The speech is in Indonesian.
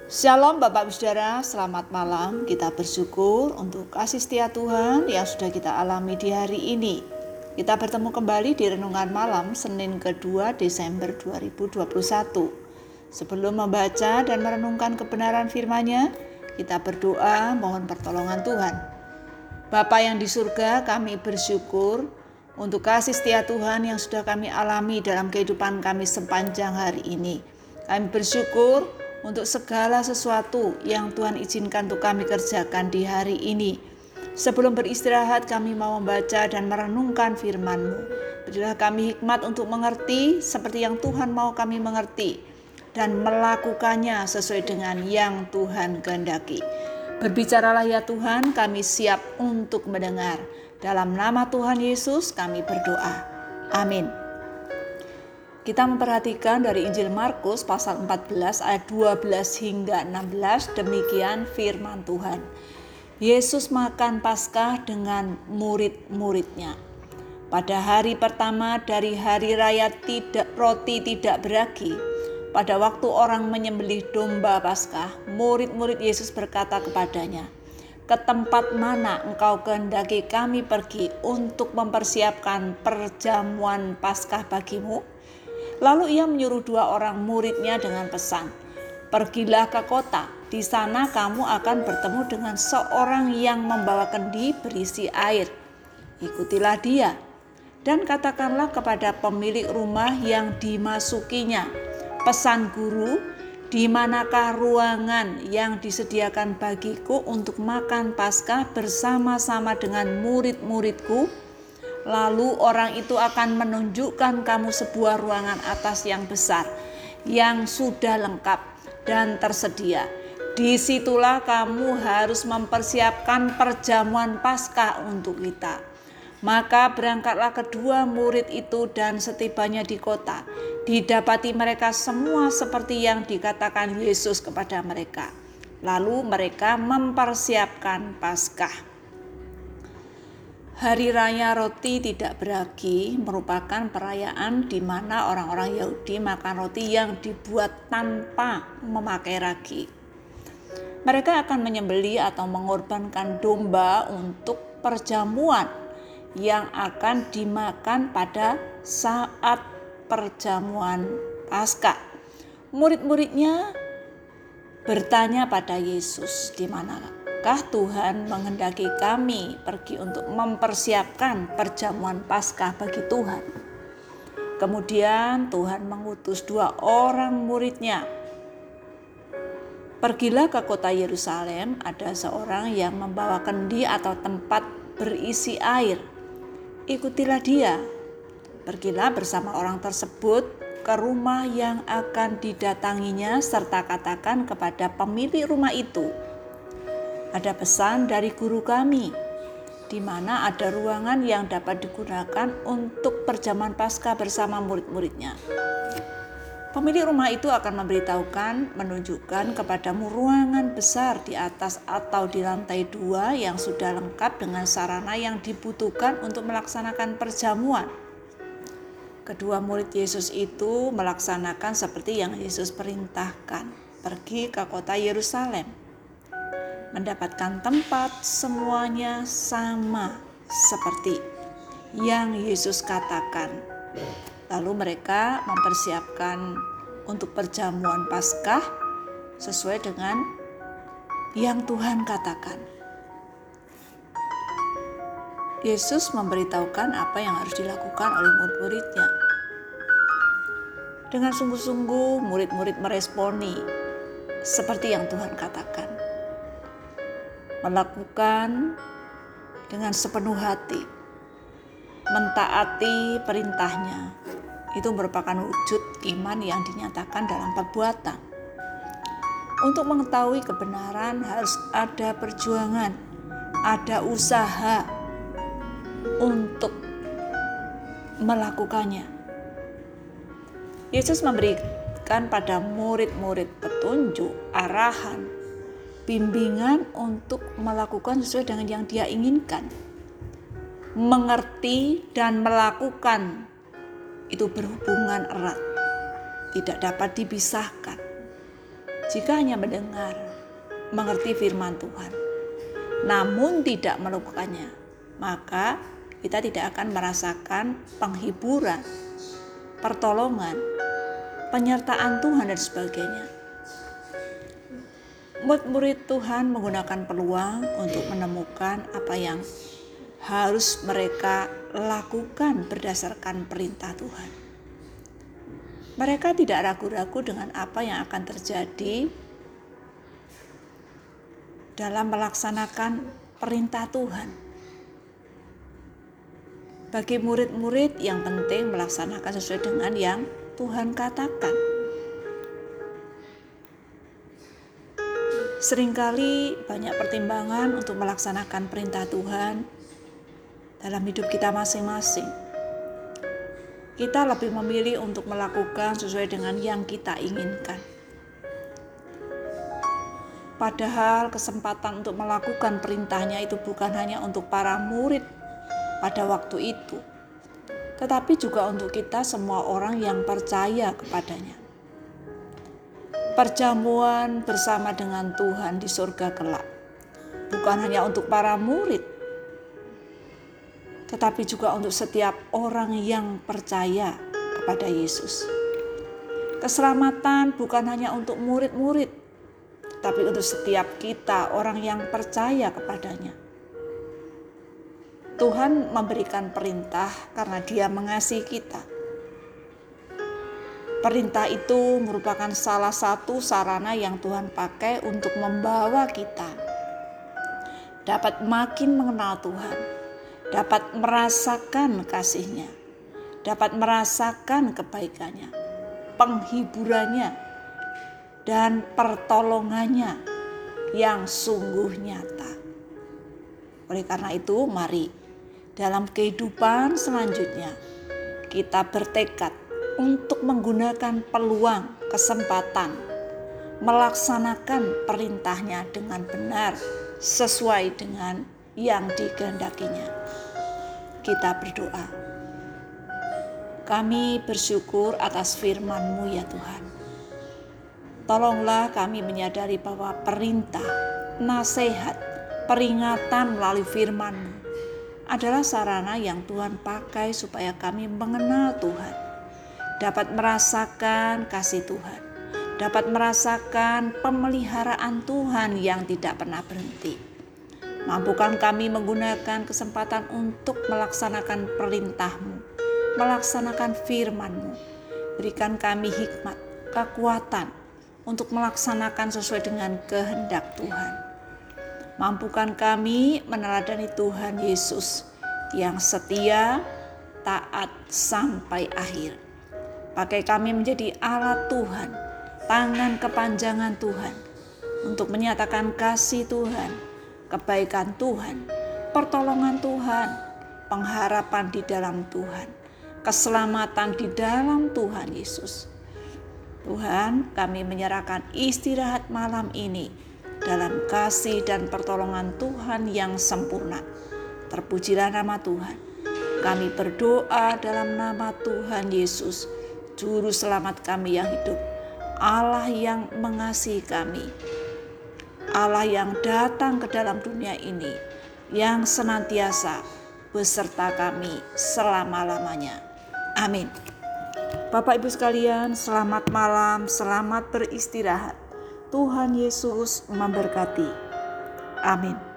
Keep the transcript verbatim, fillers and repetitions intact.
Shalom Bapak Ibu Saudara, selamat malam. Kita bersyukur untuk kasih setia Tuhan yang sudah kita alami di hari ini. Kita bertemu kembali di Renungan Malam Senin kedua Desember dua ribu dua puluh satu. Sebelum membaca dan merenungkan kebenaran firman-Nya, kita berdoa mohon pertolongan Tuhan. Bapa yang di surga, kami bersyukur untuk kasih setia Tuhan yang sudah kami alami dalam kehidupan kami sepanjang hari ini. Kami bersyukur untuk segala sesuatu yang Tuhan izinkan untuk kami kerjakan di hari ini. Sebelum beristirahat, kami mau membaca dan merenungkan firman-Mu. Berilah kami hikmat untuk mengerti seperti yang Tuhan mau kami mengerti dan melakukannya sesuai dengan yang Tuhan kehendaki. Berbicaralah ya Tuhan, kami siap untuk mendengar. Dalam nama Tuhan Yesus kami berdoa. Amin. Kita memperhatikan dari Injil Markus pasal empat belas ayat dua belas hingga enam belas, demikian firman Tuhan. Yesus makan Paskah dengan murid-muridnya. Pada hari pertama dari hari raya tidak roti tidak beragi, pada waktu orang menyembelih domba Paskah, murid-murid Yesus berkata kepadanya, "Ke tempat mana engkau kehendaki kami pergi untuk mempersiapkan perjamuan Paskah bagimu?" Lalu ia menyuruh dua orang muridnya dengan pesan, "Pergilah ke kota, di sana kamu akan bertemu dengan seorang yang membawa kendi berisi air. Ikutilah dia, dan katakanlah kepada pemilik rumah yang dimasukinya, 'Pesan Guru, di manakah ruangan yang disediakan bagiku untuk makan Paskah bersama-sama dengan murid-muridku?' Lalu orang itu akan menunjukkan kamu sebuah ruangan atas yang besar, yang sudah lengkap dan tersedia. Disitulah kamu harus mempersiapkan perjamuan Paskah untuk kita." Maka berangkatlah kedua murid itu, dan setibanya di kota, didapati mereka semua seperti yang dikatakan Yesus kepada mereka. Lalu mereka mempersiapkan Paskah. Hari Raya Roti Tidak Beragi merupakan perayaan di mana orang-orang Yahudi makan roti yang dibuat tanpa memakai ragi. Mereka akan menyembelih atau mengorbankan domba untuk perjamuan yang akan dimakan pada saat perjamuan Paskah. Murid-muridnya bertanya pada Yesus, "Di manakah Tuhan menghendaki kami pergi untuk mempersiapkan perjamuan Paskah bagi Tuhan?" Kemudian Tuhan mengutus dua orang muridnya. "Pergilah ke kota Yerusalem, ada seorang yang membawa kendi atau tempat berisi air. Ikutilah dia. Pergilah bersama orang tersebut ke rumah yang akan didatanginya, serta katakan kepada pemilik rumah itu, 'Ada pesan dari guru kami, di mana ada ruangan yang dapat digunakan untuk perjamuan Paskah bersama murid-muridnya.' Pemilik rumah itu akan memberitahukan, menunjukkan kepadamu ruangan besar di atas atau di lantai dua yang sudah lengkap dengan sarana yang dibutuhkan untuk melaksanakan perjamuan." Kedua murid Yesus itu melaksanakan seperti yang Yesus perintahkan, pergi ke kota Yerusalem, mendapatkan tempat semuanya sama seperti yang Yesus katakan. Lalu mereka mempersiapkan untuk perjamuan Paskah sesuai dengan yang Tuhan katakan. Yesus memberitahukan apa yang harus dilakukan oleh murid-muridnya. Dengan sungguh-sungguh murid-murid meresponi seperti yang Tuhan katakan. Melakukan dengan sepenuh hati, mentaati perintahnya, itu merupakan wujud iman yang dinyatakan dalam perbuatan. Untuk mengetahui kebenaran harus ada perjuangan, ada usaha untuk melakukannya. Yesus memberikan pada murid-murid petunjuk, arahan, bimbingan untuk melakukan sesuai dengan yang Dia inginkan. Mengerti dan melakukan itu berhubungan erat, tidak dapat dipisahkan. Jika hanya mendengar, mengerti firman Tuhan, namun tidak melakukannya, maka kita tidak akan merasakan penghiburan, pertolongan, penyertaan Tuhan dan sebagainya. Murid-murid Tuhan menggunakan peluang untuk menemukan apa yang harus mereka lakukan berdasarkan perintah Tuhan. Mereka tidak ragu-ragu dengan apa yang akan terjadi dalam melaksanakan perintah Tuhan. Bagi murid-murid yang penting melaksanakan sesuai dengan yang Tuhan katakan. Seringkali banyak pertimbangan untuk melaksanakan perintah Tuhan dalam hidup kita masing-masing. Kita lebih memilih untuk melakukan sesuai dengan yang kita inginkan. Padahal kesempatan untuk melakukan perintahnya itu bukan hanya untuk para murid pada waktu itu, tetapi juga untuk kita semua orang yang percaya kepadanya. Perjamuan bersama dengan Tuhan di surga kelak bukan hanya untuk para murid, tetapi juga untuk setiap orang yang percaya kepada Yesus. Keselamatan bukan hanya untuk murid-murid, tapi untuk setiap kita orang yang percaya kepadanya. Tuhan memberikan perintah karena Dia mengasihi kita. Perintah itu merupakan salah satu sarana yang Tuhan pakai untuk membawa kita dapat makin mengenal Tuhan, dapat merasakan kasih-Nya, dapat merasakan kebaikannya, penghiburannya, dan pertolongannya yang sungguh nyata. Oleh karena itu, mari dalam kehidupan selanjutnya kita bertekad untuk menggunakan peluang, kesempatan, melaksanakan perintahnya dengan benar sesuai dengan yang dikehendakinya. Kita berdoa. Kami bersyukur atas firman-Mu ya Tuhan. Tolonglah kami menyadari bahwa perintah, nasihat, peringatan melalui firman-Mu adalah sarana yang Tuhan pakai supaya kami mengenal Tuhan, dapat merasakan kasih Tuhan, dapat merasakan pemeliharaan Tuhan yang tidak pernah berhenti. Mampukan kami menggunakan kesempatan untuk melaksanakan perintah-Mu, melaksanakan firman-Mu. Berikan kami hikmat, kekuatan untuk melaksanakan sesuai dengan kehendak Tuhan. Mampukan kami meneladani Tuhan Yesus yang setia, taat sampai akhir. Pakai kami menjadi alat Tuhan, tangan kepanjangan Tuhan, untuk menyatakan kasih Tuhan, kebaikan Tuhan, pertolongan Tuhan, pengharapan di dalam Tuhan, keselamatan di dalam Tuhan Yesus. Tuhan, kami menyerahkan istirahat malam ini dalam kasih dan pertolongan Tuhan yang sempurna. Terpujilah nama Tuhan. Kami berdoa dalam nama Tuhan Yesus, Juru Selamat kami yang hidup, Allah yang mengasihi kami, Allah yang datang ke dalam dunia ini, yang senantiasa beserta kami selama-lamanya. Amin. Bapak Ibu sekalian, selamat malam, selamat beristirahat. Tuhan Yesus memberkati. Amin.